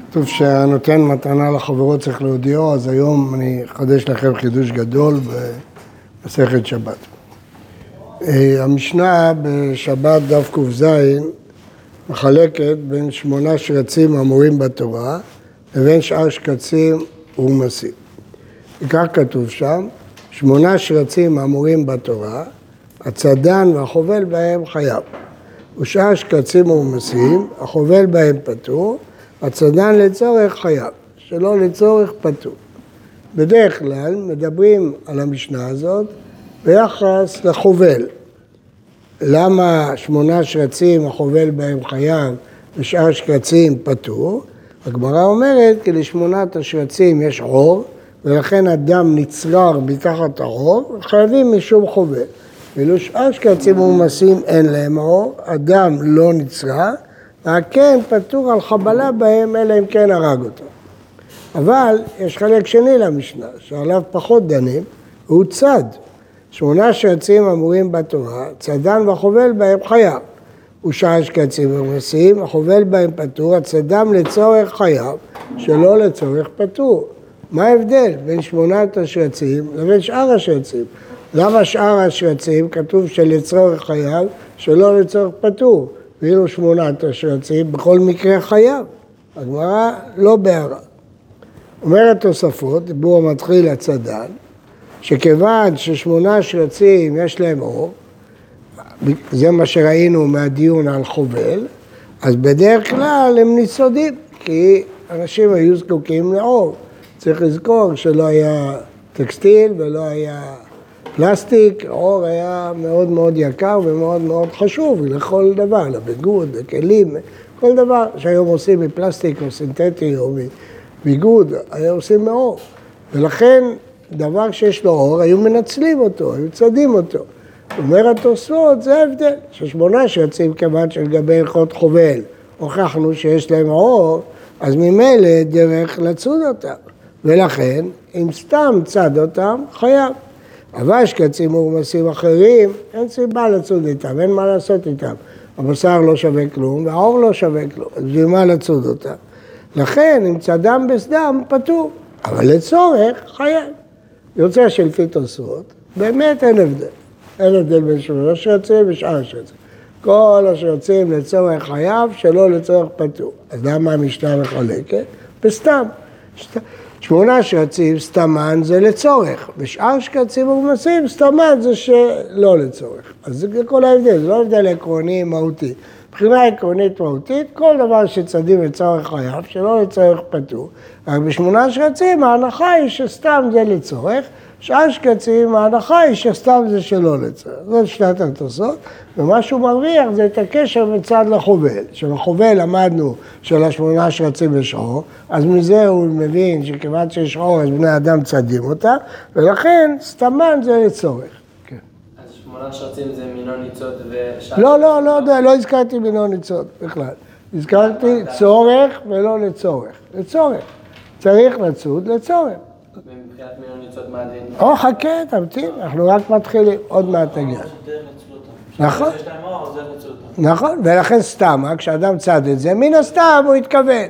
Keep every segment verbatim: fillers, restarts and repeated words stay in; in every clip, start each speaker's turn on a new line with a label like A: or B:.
A: כתוב שהנותן מתנה לחברו צריך להודיעו, אז היום אני אחדש לכם חידוש גדול במסכת שבת. המשנה בשבת דף ק"ז מחלקת בין שמונה שרצים אמורים בתורה לבין שאר שקצים ורמסים. וכך כתוב שם, שמונה שרצים אמורים בתורה, הצדן והחובל בהם חייב. ושאר שקצים ורמסים, החובל בהם פטור, הצדן לצורך חייב, שלא לצורך פטור. בדרך כלל מדברים על המשנה הזאת ביחס לחובל. למה שמונה שרצים החובל בהם חייב ושאר שקצים פטור? הגמרא אומרת כי לשמונת השרצים יש עור ולכן הדם נצרר מתחת העור וחייבים משום חובל. ואילו שאר שקצים ורמסים אין להם עור, הדם לא נצרר, והכן פטור על חבלה בהם אלא אם כן הרג אותו. אבל יש חלק שני למשנה שעליו פחות דנים, הוא צד. שמונה שרצים אמורים בתורה, צדן והחובל בהם חייב. ושאר שקצים ורמסים, החובל בהם פטור, הצדם לצורך חייב, שלא לצורך פטור. מה ההבדל בין שמונת השרצים לבין שאר השרצים? למה שאר השרצים כתוב שלצורך חייב, שלא לצורך פטור? ואילו שמונת השרצים בכל מקרה חייב. הגמרא לא בהערה. אומרת תוספות, דיבור המתחיל הצדן, שכיוון ששמונה שרצים יש להם אור, זה מה שראינו מהדיון על חובל, אז בדרך כלל הם ניסודים, כי אנשים היו זקוקים לאור. צריך לזכור שלא היה טקסטיל ולא היה פלסטיק, אור היה מאוד מאוד יקר ומאוד מאוד חשוב לכל דבר, לביגוד, לכלים, כל דבר שהיום עושים מפלסטיק או סינתטי או מביגוד, היו עושים מאור. ולכן דבר שיש לו אור, היו מנצלים אותו, היו צדים אותו. אומר התוספות, זה ההבדל, ששמונה שרצים כיוון שלגבי הלכות חובל, הוכחנו שיש להם אור, אז ממילא דרך לצוד אותם. ולכן, אם סתם צד אותם, חייב. אבל שקצים ורמסים אחרים, אין סיבה לצוד איתם, אין מה לעשות איתם. הבשר לא שווה כלום, והאור לא שווה כלום, אז בשביל מה לצוד אותם? לכן, אם צדם בסדם, פטור, אבל לצורך, חייב. יוצא שלפי תוספות, באמת אין הבדל. אין הבדל בין שמונה שרצים ושאר השרצים. כל השרצים לצורך חייב, שלא לצורך פטור. אז למה המשנה מחלקת? בסתם. שמונה שרצים, סתמן זה לצורך, ושאר שקצים ורמסים, סתמן זה שלא לצורך. אז זה כל ההבדל, זה לא הבדל עקרוני מהותי. מבחינה עקרונית מהותית, כל דבר שצדים לצורך חייב, שלא לצורך פטור. רק בשמונה שרצים, ההנחה היא שסתם זה לצורך, שאר שקצים, ההנחה היא שסתם זה שלא לצורך. זאת שנת התוספות, ומה שהוא מרוויח זה את הקשר מצד לחובל. שלחובל למדנו שלשמונה שרצים יש אור, אז מזה הוא מבין שכיוון שיש אור, אז בני אדם צדים אותה, ולכן סתמן זה לצורך. כן.
B: אז שמונה שרצים זה מינו ניצוד ושאר...
A: לא, לא, לא, לא, לא הזכרתי מינו ניצוד בכלל. הזכרתי צורך ולא לצורך. לצורך. צריך לצוד לצורך.
B: מבחינת מינו ניצוד מה הדין?
A: או חכה, תמתין, אנחנו רק מתחילים, עוד מעט תגיע. נכון.
B: יש להם אור, אז זה לצוד.
A: נכון, ולכן סתם, כשאדם צד את זה, מן הסתם הוא התכוון.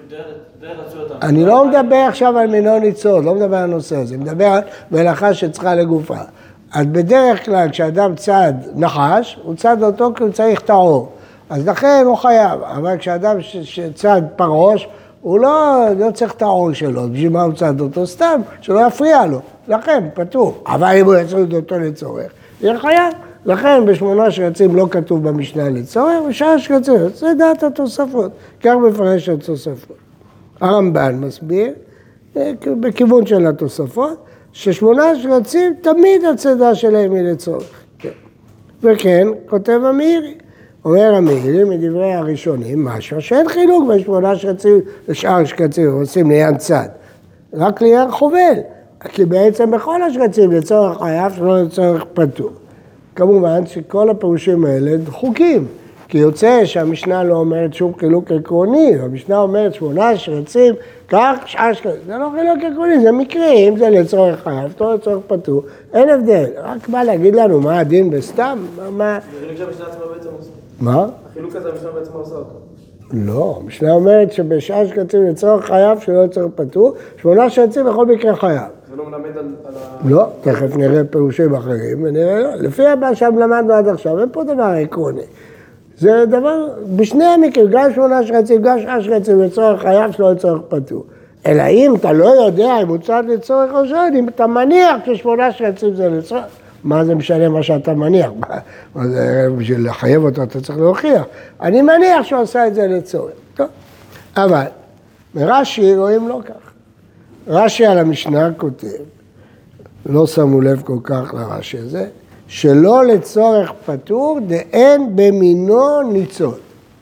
A: אני לא מדבר עכשיו על מינו ניצוד, לא מדבר על הנושא הזה, אני מדבר על מלאכה שצריכה לגופה. אז בדרך כלל כשאדם צד נחש, הוא צד אותו כי הוא צריך את האור. אז לכן הוא חייב, אבל כשאדם שצד פרוש, הוא לא, לא צריך את האור שלו, בשביל מה הוא צד אותו? סתם, שלא יפריע לו. לכן, פטור. אבל אם הוא יצד אותו לצורך, יהיה חייב. לכן בשמונה שרצים לא כתוב במשנה לצורך, ושאר שקצים, זה דעת התוספות. כך מפרש התוספות. הרמב"ן מסביר, בכיוון של התוספות, ששמונה שרצים תמיד הצדה שלהם היא לצורך. כן. וכן, כותב המאירי. אומר המאירי מדברי הראשונים משהו שאין חילוק בין שמונה שרצים ושאר שקצים, עושים ליד צד. רק ליד חובל. כי בעצם בכל השרצים לצורך חייב שלא לצורך פטור. כמובן שכל הפירושים האלה דחוקים, כי יוצא שהמשנה לא אומרת שום חילוק עקרוני, המשנה אומרת שמונה שרצים, כך שאר שקצים, זה לא חילוק עקרוני, זה מקרי, אם זה לצורך חייב, לא לצורך פטור, אין הבדל, רק בא להגיד לנו מה הדין בסתם, מה...
B: החילוק שהמשנה עצמה בעצם עושה.
A: מה?
B: החילוק הזה המשנה בעצם עושה אותו.
A: לא, המשנה אומרת שבשעה שקצים לצורך חייב שלא לצורך פטור, שמונה שרצים בכל מקרה חייב.
B: זה לא מלמד על...
A: לא, תכף נראה פירושים אחרים ונראה, לא. לפי הבא שם למדנו עד עכשיו, אין פה דבר עקרוני. זה דבר, בשני המקרים, גם שמונה שרצים, גם שעה שקצים לצורך חייב שלא לצורך פטור. אלא אם אתה לא יודע אם הוא צד לצורך או שוד, אם אתה מניח ששמונה שרצים זה לצורך, מה זה משנה מה שאתה מניח? מה זה, בשביל לחייב אותו אתה צריך להוכיח. אני מניח שהוא עשה את זה לצורך. טוב. אבל, מרש"י רואים לא כך. רש"י על המשנה כותב, לא שמו לב כל כך לרש"י הזה, שלא לצורך פטור דאין במינו ניצוד.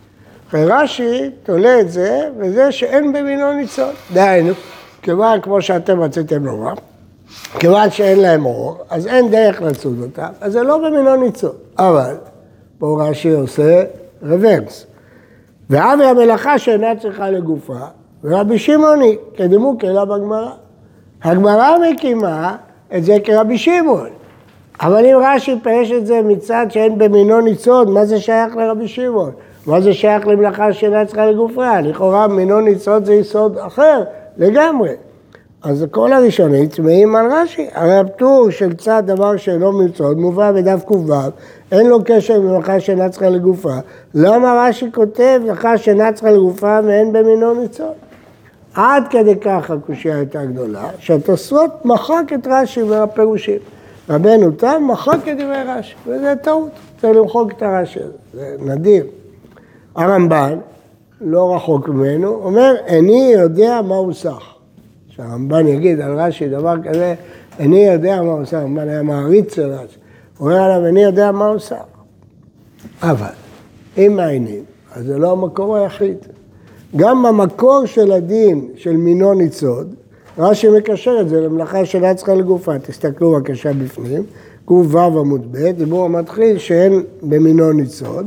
A: רש"י תולה את זה, וזה שאין במינו ניצוד. דהיינו, כיוון כמו שאתם רציתם לומר, כיוון שאין להם אור, אז אין דרך לצוד אותם, אז זה לא במינו ניצוד. אבל, פה רש"י עושה רוורס. ואבי המלאכה שאינה צריכה לגופה, ורבי שמעוני, כדמוק אלא בגמרא. הגמרא מקימה את זה כרבי שמעון. אבל אם רש"י פירש את זה מצד שאין במינו ניצוד, מה זה שייך לרבי שמעון? מה זה שייך למלאכה שאינה צריכה לגופה? לכאורה מינו ניצוד זה יסוד אחר לגמרי. אז כל הראשונים צמאים על רש"י. הרי הפטור של צד דבר שאינו ניצוד מובא בדף ק"ו, אין לו קשר עם מלאכה שאינה צריכה לגופה. למה רש"י כותב מלאכה שאינה צריכה לגופה ואין במינו ניצוד? עד כדי כך הקושיה הייתה גדולה, שהתוספות מחק את רש"י מהפירושים. רבנו תם מחק את דברי רש"י, וזה טעות, צריך למחוק את הרש"י הזה, זה נדיר. הרמב"ן, לא רחוק ממנו, אומר, איני יודע מה הוא סך. שהרמב"ן יגיד על רש"י דבר כזה, איני יודע מה הוא סך, הרמב"ן היה מעריץ של רש"י. הוא אומר עליו, איני יודע מה הוא סך. אבל, אם מעיינים, אז זה לא המקור היחיד. גם במקור של הדין של מינו ניצוד, רש"י מקשר את זה למלאכה שאינה צריכה לגופה. תסתכלו בבקשה בפנים, ק"ו עמוד ב', דיבור המתחיל שאין במינו ניצוד.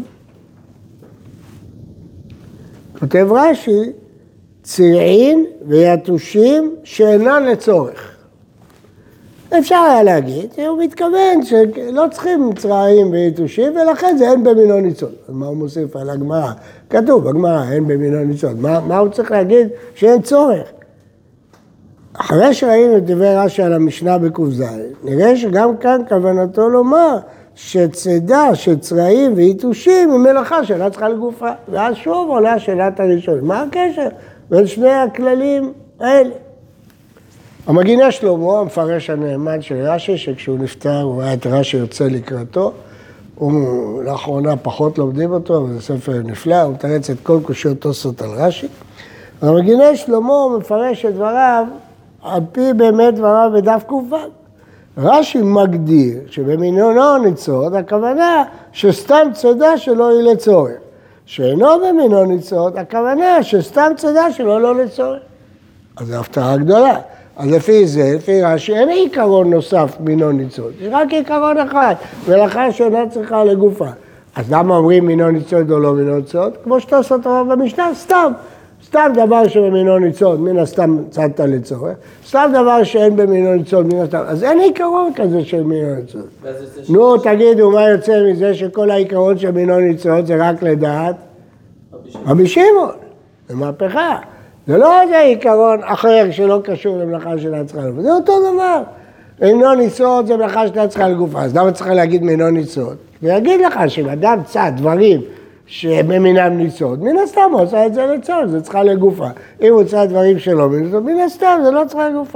A: כותב רש"י, צירעין ויתושים שאינן לצורך. אפשר היה להגיד, הוא מתכוון שלא צריכים צרעים ויתושים, ולכן זה אין במינו ניצוד. אז מה הוא מוסיף על הגמרא? כתוב בגמרא, אין במינו ניצוד. מה, מה הוא צריך להגיד? שאין צורך. אחרי שראינו את דברי רש"י על המשנה בק"ז, נראה שגם כאן כוונתו לומר שצידה של צרעים ויתושים היא מלאכה שאינה צריכה לגופה. ואז שוב עולה שאלת הראשון. מה הקשר בין שני הכללים האלה? המגינה שלמה, המפרש הנאמן של רש"י, שכשהוא נפטר הוא ראה את רש"י יוצא לקראתו, הוא לאחרונה פחות לומדים אותו, אבל זה ספר נפלא, הוא מתרץ את כל קושיות תוספות על רש"י. המגינה שלמה מפרש את דבריו על פי באמת דבריו בדף ק"ו. רש"י מגדיר שבמינו ניצוד, הכוונה שסתם צידה שלו היא לצורך. שאינו במינו ניצוד, הכוונה שסתם צידה שלו לא לצורך. אז זו הפתעה גדולה. אז לפי זה, לפי רש"י, אין עיקרון נוסף מינו ניצוד, יש רק עיקרון אחד, מלאכה שאינה צריכה לגופה. אז למה אומרים מינו ניצוד או לא מינו ניצוד? כמו שתוספות אומר במשנה, סתם. סתם דבר שבמינו ניצוד, מן הסתם צדת לצורך, סתם דבר שאין במינו ניצוד, מן הסתם, אז אין עיקרון כזה של מינו ניצוד. נו, תגידו, מה יוצא מזה שכל העיקרון של מינו ניצוד זה רק לדעת? רבי שמעון, זה מהפכה. זה לא איזה עיקרון אחר שלא קשור למלאכה שאינה צריכה לגופה, זה אותו דבר. מינו ניצוד זה מלאכה שאינה צריכה לגופה, אז למה צריכה להגיד מינו ניצוד? ויגיד לך שאם אדם צד דברים שבמינם ניצוד, מן הסתם הוא עושה את זה לצוד, זה צריכה לגופה. אם הוא עושה דברים שלא מניצוד, מן הסתם זה לא צריכה לגופה.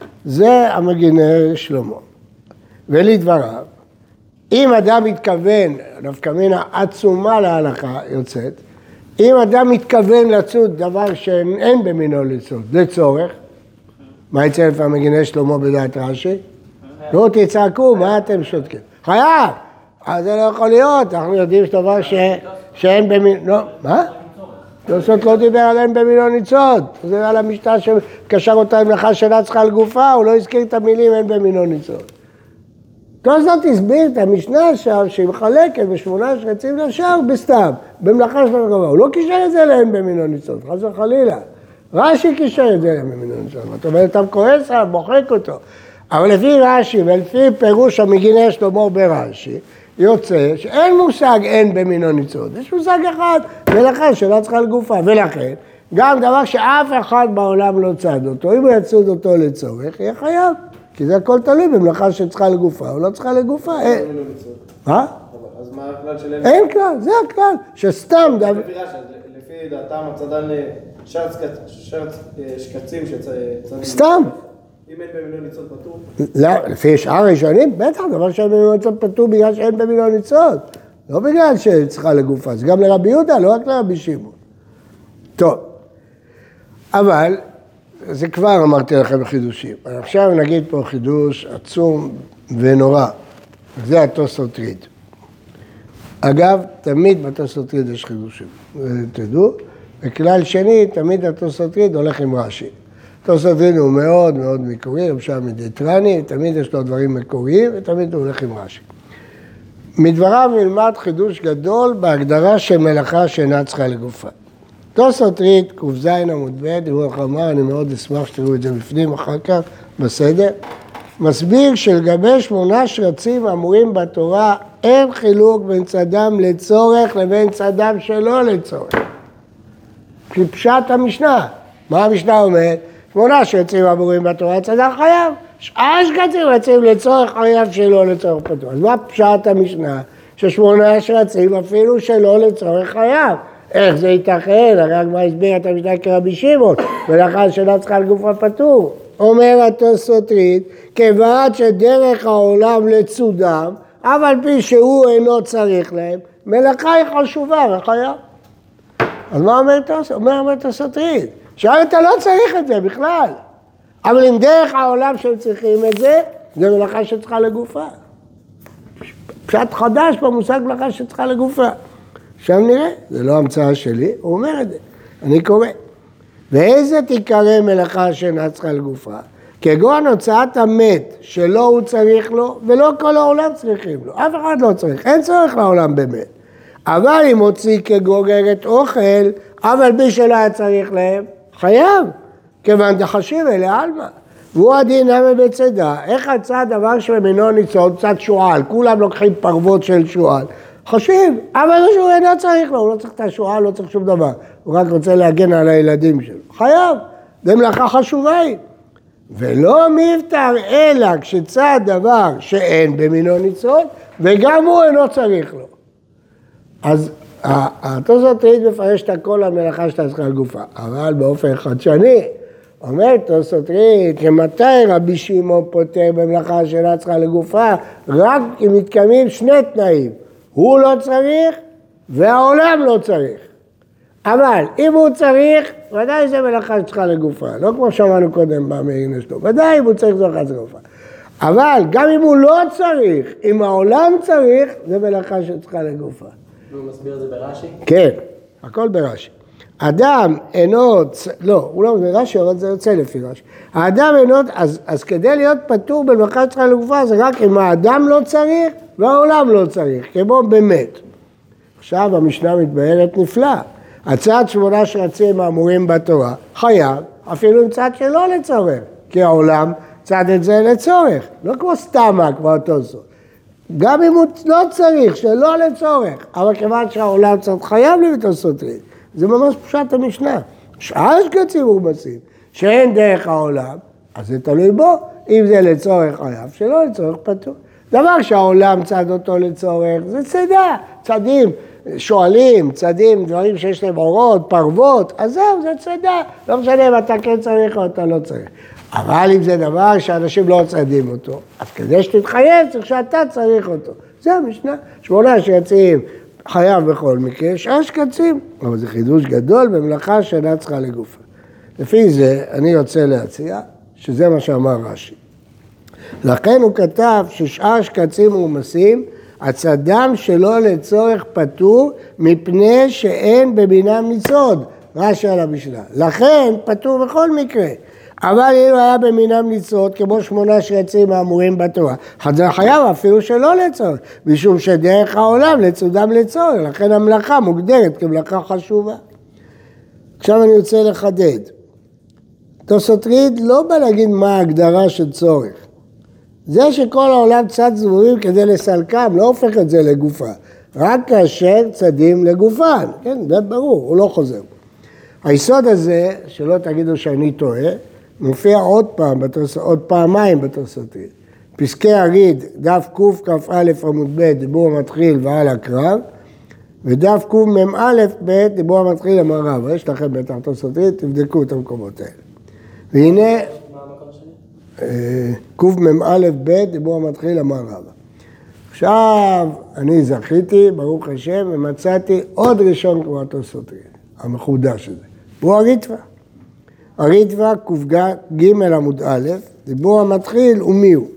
A: זה המגינה שלמה. ולדבריו, אם אדם מתכוון, דווקא מן העצומה להלכה יוצאת, אם אדם מתכוון לצוד דבר שאין במינו לצוד, לצורך, מה יצא לפעמים המגינה שלמה בדעת רש"י? לא תצעקו, מה אתם שותקים? חייב! אז זה לא יכול להיות, אנחנו יודעים שדבר ש... שאין במינו... לא, מה? תוספות לא דיבר על אין במינו ניצוד. זה על המשנה שקשר אותה עם מלאכה שאינה צריכה לגופה, הוא לא הזכיר את המילים אין במינו ניצוד. תוספות הסביר את המשנה שם שהיא מחלקת בשמונה שרצים לשאר בסתם, במלאכה שאינה לגופה. הוא לא קישר את זה לאין במינו ניצוד, חס וחלילה. רש"י קישר את זה לאין במינו ניצוד. זאת אומרת, אתה כועס עליו, מוחק אותו. אבל לפי רש"י ולפי פירוש המגינה שלמה ברש"י, יוצא שאין מושג אין במינו ניצוד, יש מושג אחד, ולכן שלא צריכה לגופה, ולכן גם דבר שאף אחד בעולם לא צד אותו, אם הוא יצוד אותו לצורך, יהיה חייב, כי זה הכל תלוי במלאכה שצריכה לגופה, או לא צריכה לגופה. מה?
B: אז מה הכלל שלהם?
A: אין כלל, זה הכלל, שסתם דבר...
B: לפי דעתם הצדן שרץ שקצים שצדים...
A: סתם.
B: אם אין במינו ניצוד פטור?
A: לא, לפי שאר ראשונים, בטח, דבר שאין במינו ניצוד פטור בגלל שאין במינו ניצוד. לא בגלל שצריכה לגופה, זה גם לרבי יהודה, לא רק לרבי שמעון. טוב, אבל זה כבר אמרתי לכם חידושים. עכשיו נגיד פה חידוש עצום ונורא. זה התוספות. אגב, תמיד בתוספות יש חידושים, תדעו. וכלל שני, תמיד התוספות הולך עם רש"י. התוספות הוא מאוד מאוד מקורי, למשל מדיטרני, תמיד יש לו דברים מקוריים, ותמיד הוא הולך עם רש"י. מדבריו נלמד חידוש גדול בהגדרה של מלאכה שאינה צריכה לגופה. תוספות ק"ז עמוד ב', דיבור החמר, אני מאוד אשמח שתראו את זה בפנים אחר כך, בסדר. מסביר שלגבי שמונה שרצים אמורים בתורה, אין חילוק בין צדם לצורך לבין צדם שלא לצורך. פשט המשנה. מה המשנה אומרת? שמונה שרצים אמורים בתורה, צדם חייב. שאר שרצים רצים לצורך חייב שלא לצורך פתוח. אז מה פשט המשנה? ששמונה שרצים אפילו שלא לצורך חייב. איך זה ייתכן? הרי הגמרא הסביר את המשנה כרבי שמעון, ולאחר שאינה צריכה לגופה פטור. אומר התוספות, כיוון שדרך העולם לצודם, אף על פי שהוא אינו צריך להם, מלאכה היא חשובה וחייב. אז מה אומר התוספות? אומר התוספות, שאל אתה לא צריך את זה בכלל. אבל אם דרך העולם שהם צריכים את זה, זה מלאכה שצריכה לגופה. פשט חדש במושג מלאכה שצריכה לגופה. עכשיו נראה, זה לא המצאה שלי, הוא אומר את זה. אני קורא. ואיזה תיקרא מלאכה שאינה צריכה לגופה? כגון הוצאת המת שלא הוא צריך לו, ולא כל העולם צריכים לו. אף אחד לא צריך, אין צורך לעולם באמת. אבל אם הוציא כגוגרת אוכל, אבל בי שלא היה צריך להם, חייב. כיוון דחשיב אלה עלמא. והוא הדין נמי בצדה. איך יצא דבר שממינו ניצוד, צד שועל, כולם לוקחים פרוות של שועל. חשיב, אבל שהוא אינו צריך לו, הוא לא צריך את השועל, לא צריך שום דבר. הוא רק רוצה להגן על הילדים שלו. חייב, זה מלאכה חשובה היא. ולא מבטר אלא כשצד דבר שאין במינו ניצוד, וגם הוא אינו צריך לו. אז התוספות מפרש את הכל המלאכה שאתה צריכה לגופה, אבל באופן חדשני, אומר תוספות כמתי רבי שמעון פוטר במלאכה שאינה צריכה לגופה, רק אם מתקיימים שני תנאים, הוא לא צריך והעולם לא צריך. אבל אם הוא צריך, ודאי זה מלאכה שצריכה לגופה, לא כמו שמענו קודם במעיין שלו, ודאי אם הוא צריך זו אחת לגופה. אבל גם אם הוא לא צריך, אם העולם צריך, זה מלאכה שצריכה לגופה.
B: הוא מסביר את זה ברש"י?
A: כן, הכל ברש"י. אדם אינו, לא, הוא לא מסביר רש"י, אבל זה יוצא לפי רש"י. האדם אינו, אז, אז כדי להיות פטור במלאכה שצריכה לגופה, זה רק אם האדם לא צריך והעולם לא צריך, כמו באמת. עכשיו המשנה מתבהרת נפלא. הצד שמונה שרצים האמורים בתורה, חייב, אפילו עם צד שלא לצורך, כי העולם צד את זה לצורך, לא כמו סתמה, כמו אותו סוד. גם אם הוא לא צריך, שלא לצורך, אבל כיוון שהעולם צד חייב לבטו סותרים, זה ממש פשט המשנה. שאר שקצים מורבסים, שאין דרך העולם, אז זה תלוי בו, אם זה לצורך חייב, שלא לצורך פטור. דבר שהעולם צד אותו לצורך, זה צדה, צדים. שואלים, צדים, דברים שיש להם אורות, פרוות, אז זהו, זה צדה. לא משנה אם אתה כן צריך או אתה לא צריך. אבל אם זה דבר שאנשים לא צדים אותו, אז כדי שתתחייב צריך שאתה צריך אותו. זה המשנה. שמונה שרצים חייב בכל מקרה, שאר שקצים. אבל זה חידוש גדול במלאכה שאינה צריכה לגופה. לפי זה אני רוצה להציע שזה מה שאמר רש"י. לכן הוא כתב ששאר שקצים מומסים, הצדם שלו לצורך פטור מפני שאין בבינם ניצוד, רש"י על המשנה. לכן פטור בכל מקרה. אבל אם היה במינם ניצוד, כמו שמונה שרצים האמורים בתורה, זה חייב אפילו שלא לצורך, משום שדרך העולם לצודם לצורך, לכן המלאכה מוגדרת כמלאכה חשובה. עכשיו אני רוצה לחדד. תוספות לא בא להגיד מה ההגדרה של צורך. זה שכל העולם צד זבובים כדי לסלקם, לא הופך את זה לגופה. רק כאשר צדים לגופן, כן, זה ברור, הוא לא חוזר. היסוד הזה, שלא תגידו שאני טועה, מופיע עוד פעם, בתוס... עוד פעמיים בתוספתית. פסקי הריד, דף קכ"א עמוד ב', דיבור המתחיל ועל הקרב, ודף קמ"א ב', דיבור המתחיל המערב. יש לכם בטח תוספתית, תבדקו את המקומות האלה. והנה,
B: מה המקום השני?
A: קמ"א ב', דיבור המתחיל המערב. עכשיו, אני זכיתי, ברוך השם, ומצאתי עוד ראשון כמו התוספתית, המחודש הזה. הוא הריטב"א. הריטב"א קג' עמוד א', דיבור המתחיל ומי הוא.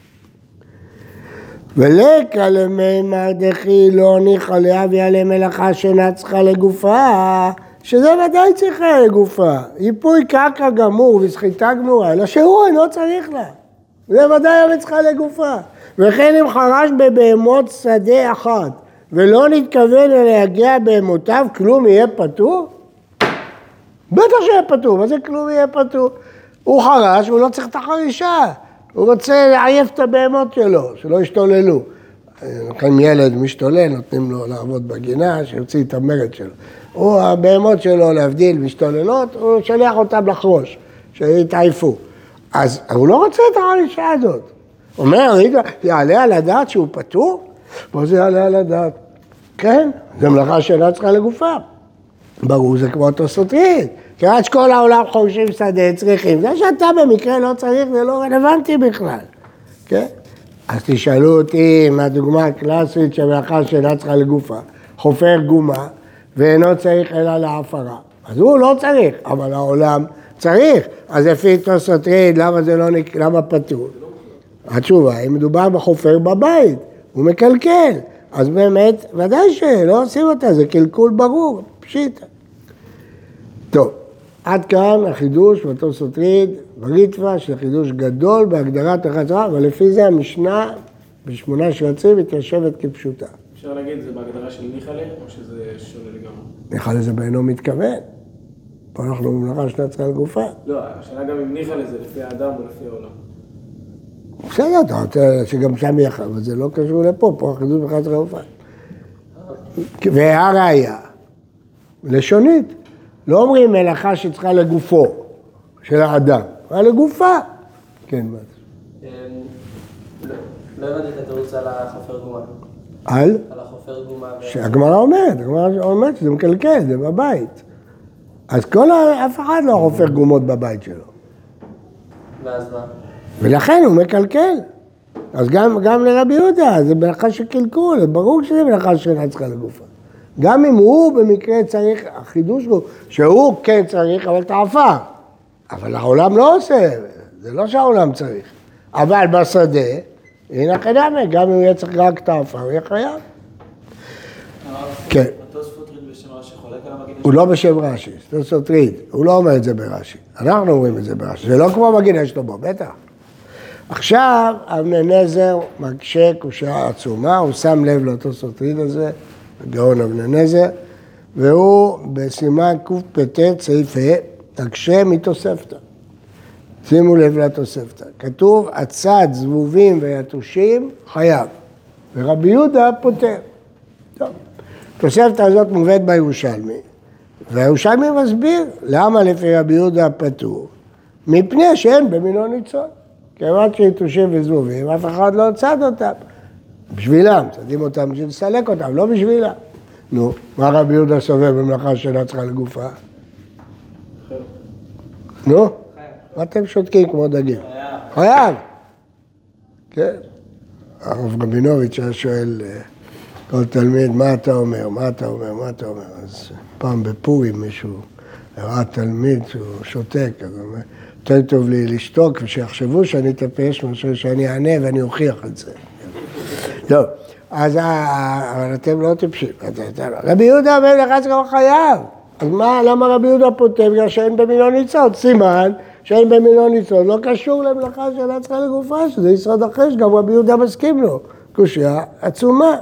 A: ולקה למימר דכי לא ניחא להביא עליה מלאכה שאינה צריכה לגופה, שזה ודאי צריכה לגופה. ייפוי קרקע גמור וסחיטה גמורה, אלא שהוא אינו צריך לה. זה ודאי אבל צריכה לגופה. וכן אם חרש בבהמות שדה אחת, ולא נתכוון להגיע בהמותיו, כלום יהיה פטור? בטח שיהיה פטור, מה זה כלום יהיה פטור? הוא חרש, הוא לא צריך את החרישה. הוא רוצה לעייף את הבהמות שלו, שלא ישתוללו. לכן ילד משתולל, נותנים לו לעבוד בגינה, שיוציא את המרד שלו. הוא, הבהמות שלו להבדיל משתוללות, הוא שולח אותם לחרוש, שיתעייפו. אז הוא לא רוצה את החרישה הזאת. הוא אומר, יעלה על הדעת שהוא פטור? פה זה יעלה על הדעת. כן, זה מלאכה שאינה צריכה לגופה. ברור, זה כמו תוספתית. כי עד שכל העולם חורשים שדה, צריכים. זה שאתה במקרה לא צריך, זה לא רלוונטי בכלל. כן? אז תשאלו אותי מהדוגמה הקלאסית שמלאכה שאינה צריכה לגופה. חופר גומה, ואינו צריך אלא להפרה. אז הוא לא צריך, אבל העולם צריך. אז לפי תוספתית, למה זה לא נק... למה פטור? התשובה, אם מדובר בחופר בבית, הוא מקלקל. אז באמת, ודאי שלא עושים אותה, זה קלקול ברור, פשיטה. טוב, עד כאן החידוש בתוספתית בריטב"א, של חידוש גדול בהגדרת החצרה, אבל לפי זה המשנה בשמונה שרצים מתיישבת כפשוטה.
B: אפשר להגיד, זה בהגדרה של ניחלה, או שזה שונה לגמרי?
A: ניחלה זה בעינו מתכוון. פה אנחנו במלאכה שאינה צריכה לגופה.
B: לא, השאלה גם אם ניחלה זה לפי האדם או לפי העולם.
A: בסדר, אתה רוצה שגם שם יחד, אבל זה לא קשור לפה, פה החידוש בחצרה לגופה. והראיה, לשונית, לא אומרים מלאכה שצריכה לגופו של האדם, אבל לגופה. כן, מה זה?
B: לא הבנתי את התירוץ על החופר גומה.
A: על?
B: על החופר גומה.
A: שהגמרא אומרת, הגמרא אומרת שזה מקלקל, זה בבית. אז כל, אף אחד לא חופר גומות בבית שלו.
B: ואז מה?
A: ולכן הוא מקלקל. אז גם, גם לרבי יהודה, זה מלאכה של קלקול, ברור שזה מלאכה שאינה צריכה לגופה. גם אם הוא במקרה צריך, החידוש הוא שהוא כן צריך, אבל תעפר. אבל העולם לא עושה, זה לא שהעולם צריך. אבל בשדה, הנה קדמה, גם אם הוא יהיה צריך רק תעפר, הוא יהיה חייב. כן.
B: התוספות בשם רש"י חולק על המגיד?
A: הוא לא בשם רש"י, תוספות, הוא לא אומר את זה ברש"י. אנחנו אומרים את זה ברש"י, זה לא כמו מגיד שלמה, בטח. עכשיו, אבני נזר מקשה קושה עצומה, הוא שם לב לתוספות הזה, הגאון אבני נזר, והוא בסימן קפ"ט סעיף ה', הקשה מתוספתא. שימו לב לתוספתא. כתוב, הצד זבובים ויתושים חייב, ורבי יהודה פוטר. טוב. התוספתא הזאת מובאת בירושלמי, והירושלמי מסביר למה לפי רבי יהודה פטור, מפני שאין במינו ניצול. כיוון שיתושים וזבובים, אף אחד לא צד אותם. בשבילם, צדים אותם בשביל לסלק אותם, לא בשבילם. נו, מה רבי יהודה סובר במלאכה שאינה צריכה לגופה? נו, מה אתם שותקים כמו דגים? חייב. כן. הרב רבינוביץ' היה שואל כל תלמיד, מה אתה אומר, מה אתה אומר, מה אתה אומר? אז פעם בפורים מישהו הראה תלמיד שהוא שותק, אז הוא אומר, יותר טוב לי לשתוק ושיחשבו שאני אתאפש מאשר שאני אענה ואני אוכיח את זה. טוב, אז אבל אתם לא טיפשים. רבי יהודה אומר לך זה גם חייב. אז מה, למה רבי יהודה פוטר? בגלל שאין במינו ניצול. סימן שאין במינו ניצול. לא קשור למלאכה שאינה צריכה לגופה, שזה יסוד אחר שגם רבי יהודה מסכים לו. קושיה עצומה.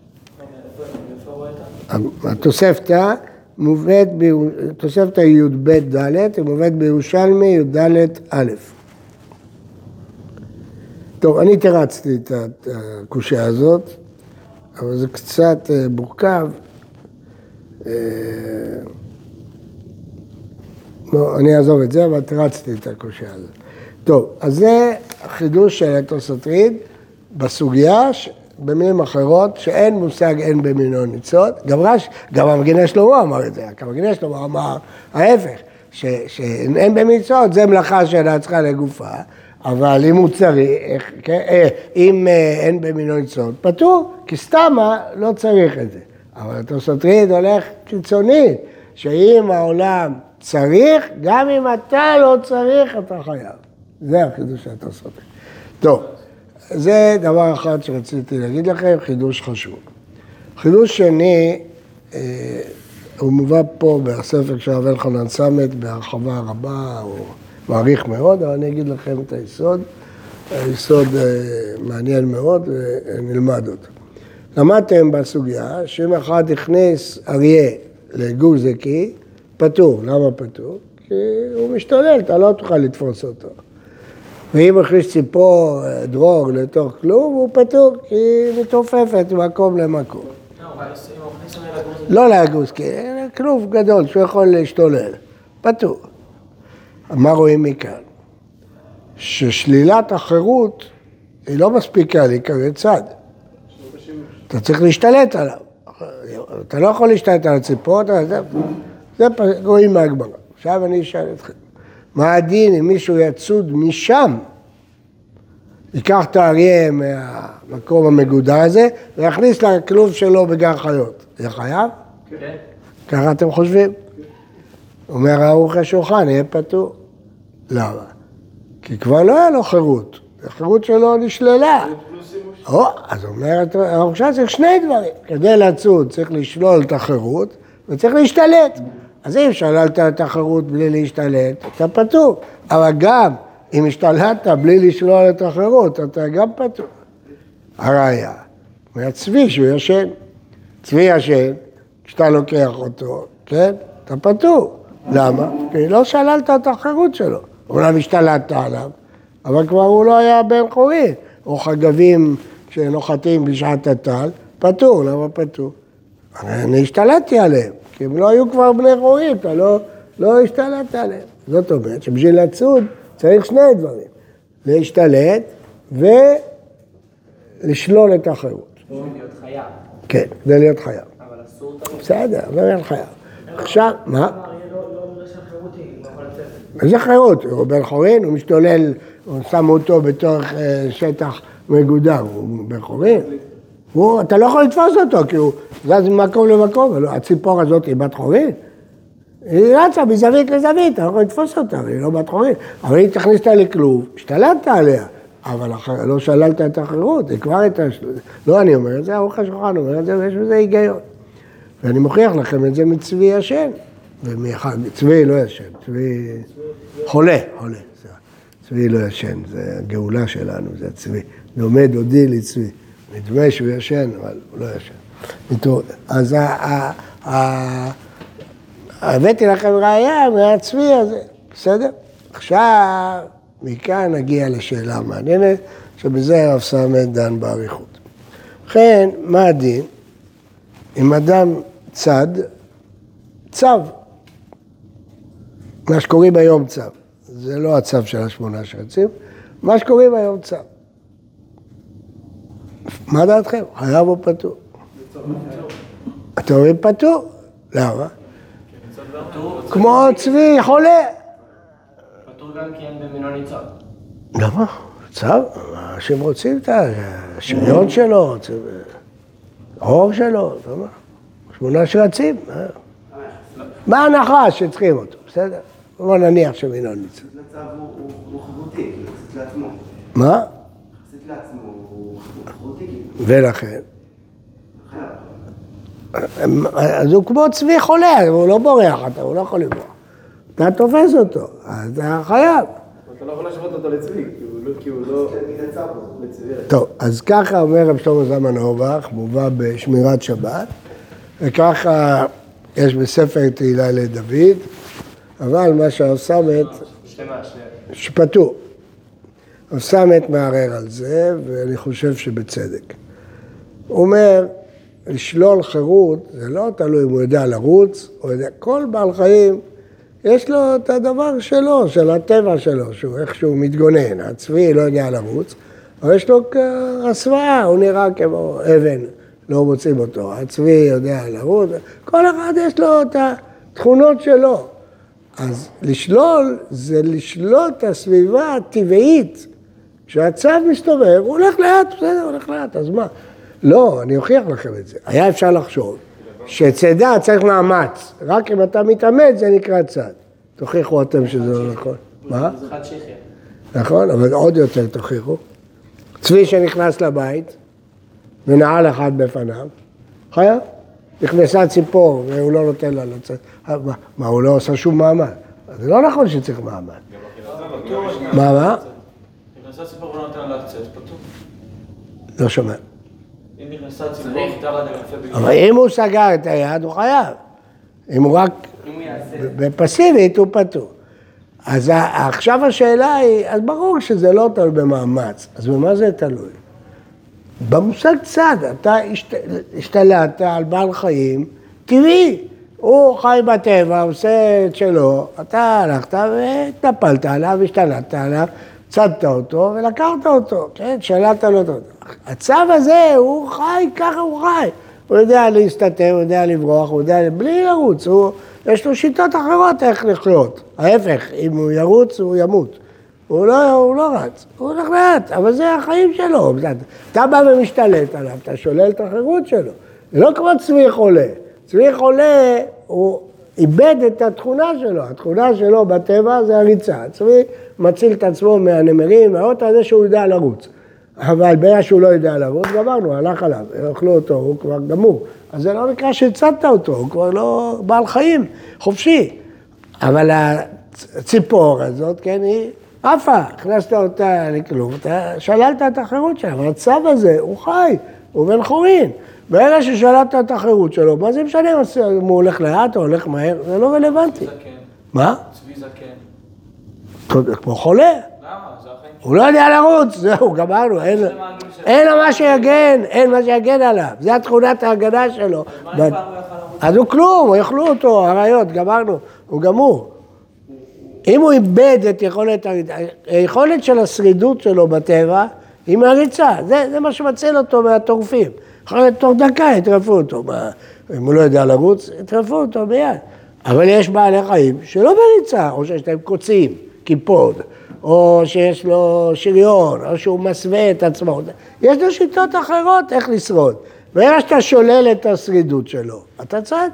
A: התוספתא מובאת, תוספתא י"ב ד', היא מובאת בירושלמי י"ד א'. טוב, אני תרצתי את הקושיה הזאת, אבל זה קצת מורכב. לא, אני אעזוב את זה, אבל תרצתי את הקושיה הזאת. טוב, אז זה החידוש של התוספות בסוגיה, במילים אחרות, שאין מושג אין במינו ניצוד. גם רש, גם המגיני שלמה אמר את זה, גם המגיני שלמה אמר ההפך, שאין במיצוד, זה מלאכה שאינה צריכה לגופה, אבל אם הוא צריך, כן, אם אין במינו ניצוד, פטור, כי סתמה לא צריך את זה. אבל התוספות הולך קיצונית, שאם העולם צריך, גם אם אתה לא צריך, אתה חייב. זה החידוש של התוספות. טוב, זה דבר אחד שרציתי להגיד לכם, חידוש חשוב. חידוש שני, הוא מובא פה בספר של הרב אלחנן סמט בהרחבה רבה, הוא מעריך מאוד, אבל אני אגיד לכם את היסוד. היסוד מעניין מאוד ונלמד אותו. למדתם בסוגיה שאם אחד הכניס אריה לגור זקי, פטור. למה פטור? כי הוא משתולל, אתה לא תוכל לתפוס אותו. ואם הכניס ציפור דרור לתוך כלוב, הוא פטור, כי היא מתעופפת ממקום למקום. לא לגוס, כי כלוב גדול שהוא יכול להשתולל. פטור. מה רואים מכאן? ששלילת החירות היא לא מספיקה להיקרא צד. אתה צריך להשתלט עליו. אתה לא יכול להשתלט על הציפור, זה, זה רואים מהגמרא. עכשיו אני אשאל אתכם. מה הדין אם מישהו יצוד משם, ייקח את האריה מהמקום המגודר הזה, ויכניס לכלוב שלו בגן חיות. זה חייב? כן. ככה אתם חושבים? אומר ערוך השולחן, יהיה פטור. למה? כי כבר לא היה לו חירות. החירות שלו נשללה. או, אז אומרת, עכשיו צריך שני דברים. כדי לצוד צריך לשלול את החירות, וצריך להשתלט. אז אם שללת את החירות בלי להשתלט, אתה פטור. אבל גם אם השתלטת בלי לשלול את החירות, אתה גם פטור. הראיה, מהצבי שהוא ישן. צבי ישן, כשאתה לוקח אותו, כן? אתה פטור. למה? כי לא שללת את החירות שלו. אולי השתלטת עליו, אבל כבר הוא לא היה בן חורין. או חגבים שנוחתים בשעת הטל, פטור. למה פטור? אני השתלטתי עליהם. כי הם לא היו כבר בני חורין, אתה לא, לא השתלטת עליהם. זאת אומרת שבשביל לצוד צריך שני דברים. להשתלט ולשלול את החירות.
B: בשביל להיות חייב.
A: כן, כדי להיות חייב.
B: אבל אסור תמיד.
A: בסדר, לא להיות חייב. עכשיו, מה? איזה חירות? הוא בן חורין, הוא משתולל, הוא שם אותו בתוך שטח מגודר, הוא בן חורין. הוא, אתה לא יכול לתפוס אותו, כי הוא זז ממקום למקום, הציפור הזאת היא בת חורין. היא רצה מזווית לזווית, אתה לא יכול לתפוס אותה, היא לא בת חורין. אבל היא תכניסת לכלוב, השתלטת עליה, אבל לא שללת את החירות, היא כבר הייתה... לא אני אומר את זה, ערוך השולחן אומר את זה, ויש בזה היגיון. ואני מוכיח לכם את זה מצבי ישן, צבי לא ישן, צבי חולה, חולה. צבי לא ישן, זה הגאולה שלנו, זה הצבי. דומה דודי לצבי. נדמה שהוא ישן, אבל הוא לא ישן. אז הבאתי לכם ראייה מהצבי הזה, בסדר? עכשיו, מכאן נגיע לשאלה מעניינת, שבזה הרב סמט דן באריכות. לכן, מה הדין? אם אדם צד, צו. מה שקוראים היום צו. זה לא הצו של השמונה שרצים, מה שקוראים היום צו. מה דעתכם? חייב או פטור? אתם אומרים פטור? למה? כמו צבי חולה.
B: פטור גם כי אין במינו ניצוד.
A: למה? צו? שהם רוצים את השריון שלו, האור שלו, שמונה שרצים. מה ההנחה שצריכים אותו? בסדר? בוא נניח שמינו ניצוד.
C: הצו הוא חברותי, קצת לעצמו.
A: מה?
C: קצת לעצמו, הוא חברותי.
A: ולכן? אז הוא כמו צבי חולה, הוא לא בורח, הוא לא יכול לברוח. אתה תופס אותו, אז אתה חייב.
B: אתה לא יכול להשוות אותו לצבי, כי הוא לא...
A: טוב, אז ככה אומר רב שלמה זלמן אוירבך, מובא בשמירת שבת, וככה יש בספר תהילה לדוד, אבל מה שהרב סמט, שפטור. הסמ"ת מערער על זה, ואני חושב שבצדק. הוא אומר, לשלול חירות, זה לא תלוי אם הוא יודע לרוץ, או יודע, כל בעל חיים, יש לו את הדבר שלו, של הטבע שלו, שהוא איכשהו מתגונן, הצבי לא יודע לרוץ, אבל יש לו הסוואה, הוא נראה כמו אבן, לא מוצאים אותו, הצבי יודע לרוץ, כל אחד יש לו את התכונות שלו. אז לשלול זה לשלול את הסביבה הטבעית, כשהצו מסתובב, הוא הולך לאט, בסדר, הוא הולך לאט, אז מה? לא, אני אוכיח לכם את זה. היה אפשר לחשוב שצדה צריך מאמץ, רק אם אתה מתאמץ זה נקרא צד. תוכיחו אתם שזה לא נכון. מה?
B: זה חד שכיה.
A: נכון, אבל עוד יותר תוכיחו. צבי שנכנס לבית, ונעל אחד בפניו, חיה, נכנסה ציפור והוא לא נותן לה לצאת. מה, מה, הוא לא עושה שום מאמץ? זה לא נכון שצריך מאמץ. מה, מה?
B: נכנסה ציפור ולא נותן לה לצאת, פתור.
A: לא שומע.
B: אם נכנסה ציפור, מותר לה דגפה בגלל.
A: אבל אם הוא סגר את היד, הוא חייב. אם הוא רק בפסיבית, הוא פתור. אז עכשיו השאלה היא, אז ברור שזה לא תלוי במאמץ. אז במה זה תלוי? במושג צד, אתה השתלטת על בעל חיים טבעי. הוא חי בטבע, עושה את שלו, אתה הלכת והתנפלת עליו, השתלטת עליו, צדת אותו ולקחת אותו, כן? שלטת לו אותו. הצו הזה, הוא חי, ככה הוא חי. הוא יודע להסתתר, הוא יודע לברוח, הוא יודע, בלי לרוץ, הוא, יש לו שיטות אחרות איך לחיות. ההפך, אם הוא ירוץ, הוא ימות. הוא לא, הוא לא רץ, הוא הולך לאט, אבל זה החיים שלו. אתה בא ומשתלט עליו, אתה שולל את החירות שלו. זה לא כמו צבי חולה. צבי חולה, הוא איבד את התכונה שלו. התכונה שלו בטבע זה הריצה. צבי מציל את עצמו מהנמרים, מהאות הזה שהוא יודע לרוץ. אבל ברגע שהוא לא יודע לרוץ, גמרנו, הלך עליו, אוכלו אותו, הוא כבר גמור. אז זה לא נקרא שהצדת אותו, הוא כבר לא בעל חיים, חופשי. אבל הציפור הזאת, כן, היא עפה, הכנסת אותה לכלום, אתה שללת את החירות שלה, אבל הצו הזה הוא חי, הוא בן חורין. ברגע ששללת את החירות שלו, מה זה משנה אם הוא הולך לאט או הולך מהר, זה לא רלוונטי.
B: זקן.
A: מה?
B: צבי זקן.
A: כמו חולה.
B: למה? זה החיים.
A: הוא לא יודע לרוץ, זהו, גמרנו, אין, אין לו מה שיגן, אין מה שיגן עליו, זה התכונת ההגנה שלו.
B: מה אם פעם הוא יכל לרוץ?
A: אז הוא כלום, יאכלו אותו, הרעיות, גמרנו, הוא גמור. אם הוא איבד את יכולת, היכולת של השרידות שלו בטבע, היא מהריצה, זה, זה מה שמציל אותו מהטורפים. אחרי תוך דקה יטרפו אותו, אם הוא לא יודע לרוץ, יטרפו אותו מיד. אבל יש בעלי חיים שלא בריצה, או שיש להם קוצים, קיפוד, או שיש לו שריון, או שהוא מסווה את עצמו. יש לו שיטות אחרות איך לשרוד. ואיך שאתה שולל את השרידות שלו, אתה צד.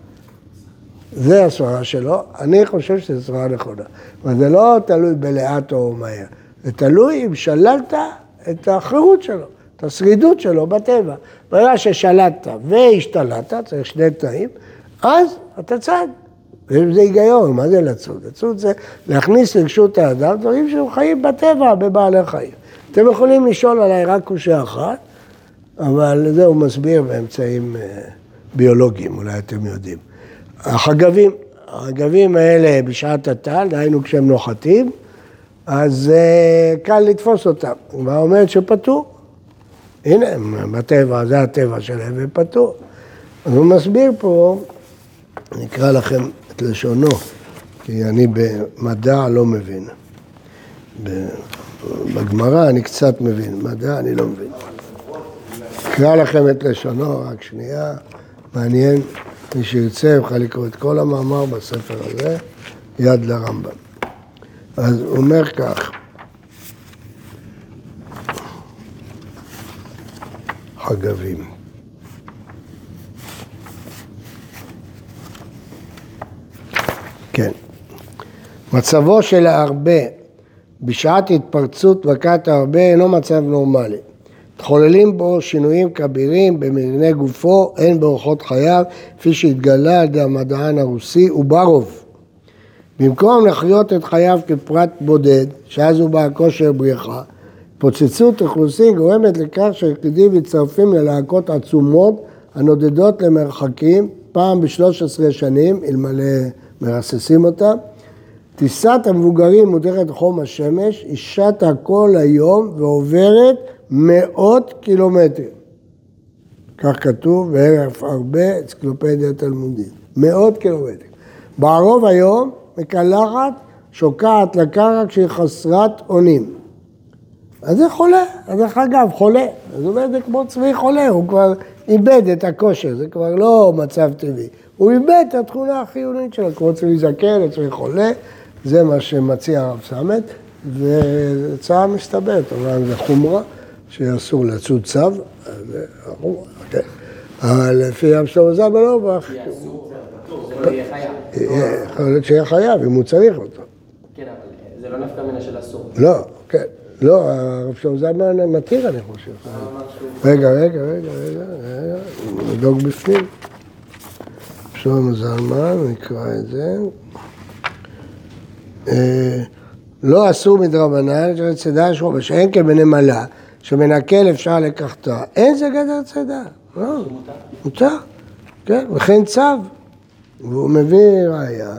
A: זה הסברה שלו, אני חושב שזו סברה נכונה. אבל זה לא תלוי בלאט או מהר, זה תלוי אם שללת את החירות שלו, את השרידות שלו בטבע. ברגע ששלטת והשתלטת, צריך שני תנאים, אז אתה צד. וזה היגיון, מה זה לצוד? לצוד זה להכניס לרשות האדם דברים שהם חיים בטבע, בבעלי חיים. אתם יכולים לשאול עליי רק קושיה אחת, אבל זה הוא מסביר באמצעים ביולוגיים, אולי אתם יודעים. החגבים, החגבים האלה בשעת הטל, דהיינו כשהם נוחתים, אז קל לתפוס אותם. מה אומרת שפטור? הנה, בטבע, זה הטבע שלהם, ופטור. אז הוא מסביר פה, אני אקרא לכם את לשונו, כי אני במדע לא מבין. בגמרא אני קצת מבין, מדע אני לא מבין. אקרא לכם את לשונו, רק שנייה, מעניין. מי שירצה יוכל לקרוא את כל המאמר בספר הזה, יד לרמב"ם. אז הוא אומר כך, חגבים. כן. מצבו של הארבה בשעת התפרצות מכת הארבה אינו מצב נורמלי. מתחוללים בו שינויים כבירים במבנה גופו, הן באורחות חייו, כפי שהתגלה על ידי המדען הרוסי, וברוב. במקום לחיות את חייו כפרט בודד, שאז הוא בא כושר בריחה, התפוצצות אוכלוסין גורמת לכך שהיחידים מצטרפים ללהקות עצומות הנודדות למרחקים, פעם ב-שלוש עשרה שנים, אלמלא מרססים אותם, טיסת המבוגרים מותרת חום השמש, היא שטה כל היום ועוברת מאות קילומטרים. כך כתוב בערב הרבה אנציקלופדיה תלמודית. מאות קילומטרים. בערוב היום מקלחת שוקעת לקרקע כשהיא חסרת אונים. אז זה חולה, אז דרך אגב חולה. אז הוא אומר, זה כמו צבי חולה, הוא כבר איבד את הכושר, זה כבר לא מצב טבעי. הוא איבד את התכונה החיונית שלו, כמו צבי זקן, צבי חולה, זה מה שמציע הרב סמט, וצעה מסתברת, אבל זה חומרה, שאסור לצוד צו, אבל לפי ים שלמה זמן לא בח...
B: זה לא יהיה חייב.
A: יכול להיות שיהיה חייב, אם הוא צריך אותו.
B: כן, אבל זה לא נפקא מינה של אסור.
A: לא, כן. לא, הרב שלמה זמן מתיר, אני חושב. רגע, רגע, רגע, רגע, רגע, נדוג בפנים. שלמה זלמן, נקרא את זה. לא אסור מדרבנן, שצידה שרובה, שאין כבנמלה, שמנקל אפשר לקחתה. אין זה גדר צידה. לא, מותר. כן, וכן צו. והוא מביא ראיה,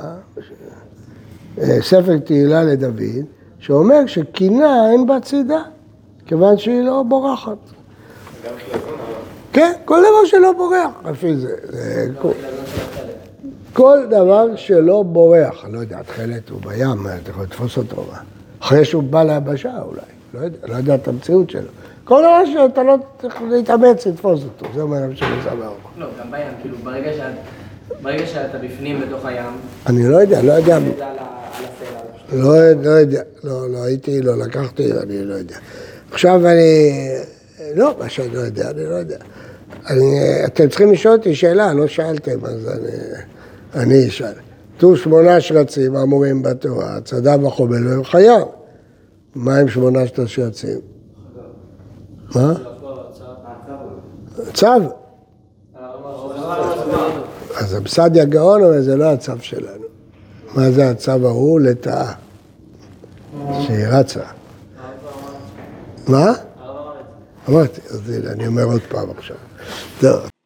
A: ספר תהילה לדוד, שאומר שקינה אין בה צידה, כיוון שהיא לא בורחת. כן, כל דבר שלא בורח, לפי זה. כל דבר שלא בורח, אני לא יודע, התחלת הוא בים, אתה יכול לתפוס אותו, אחרי שהוא בא ליבשה אולי, לא יודע, לא יודע את המציאות שלו. כל דבר שאתה לא צריך להתאמץ לתפוס אותו, זה אומר להם שאני עושה בארבע.
B: לא, גם בים, כאילו, ברגע שאת, ברגע שאתה בפנים בתוך הים,
A: אני לא יודע, לא יודע.
B: זה על הסלע.
A: לא, לא יודע, לא, לא הייתי, לא לקחתי, אני לא יודע. עכשיו אני, לא, מה שאני לא יודע, אני לא יודע. אני, אתם צריכים לשאול אותי שאלה, לא שאלתם, אז אני, אני אשאל. כתוב שמונה שרצים אמורים בתורה, צדה וחומל והם חייב. מה עם שמונה שרצים? מה? צו. אז המסעדיה גאון אומר, זה לא הצו שלנו. מה זה הצו ההוא? לטאה. שהיא רצה. מה? אמרתי, אז הנה, אני אומר עוד פעם עכשיו. טוב.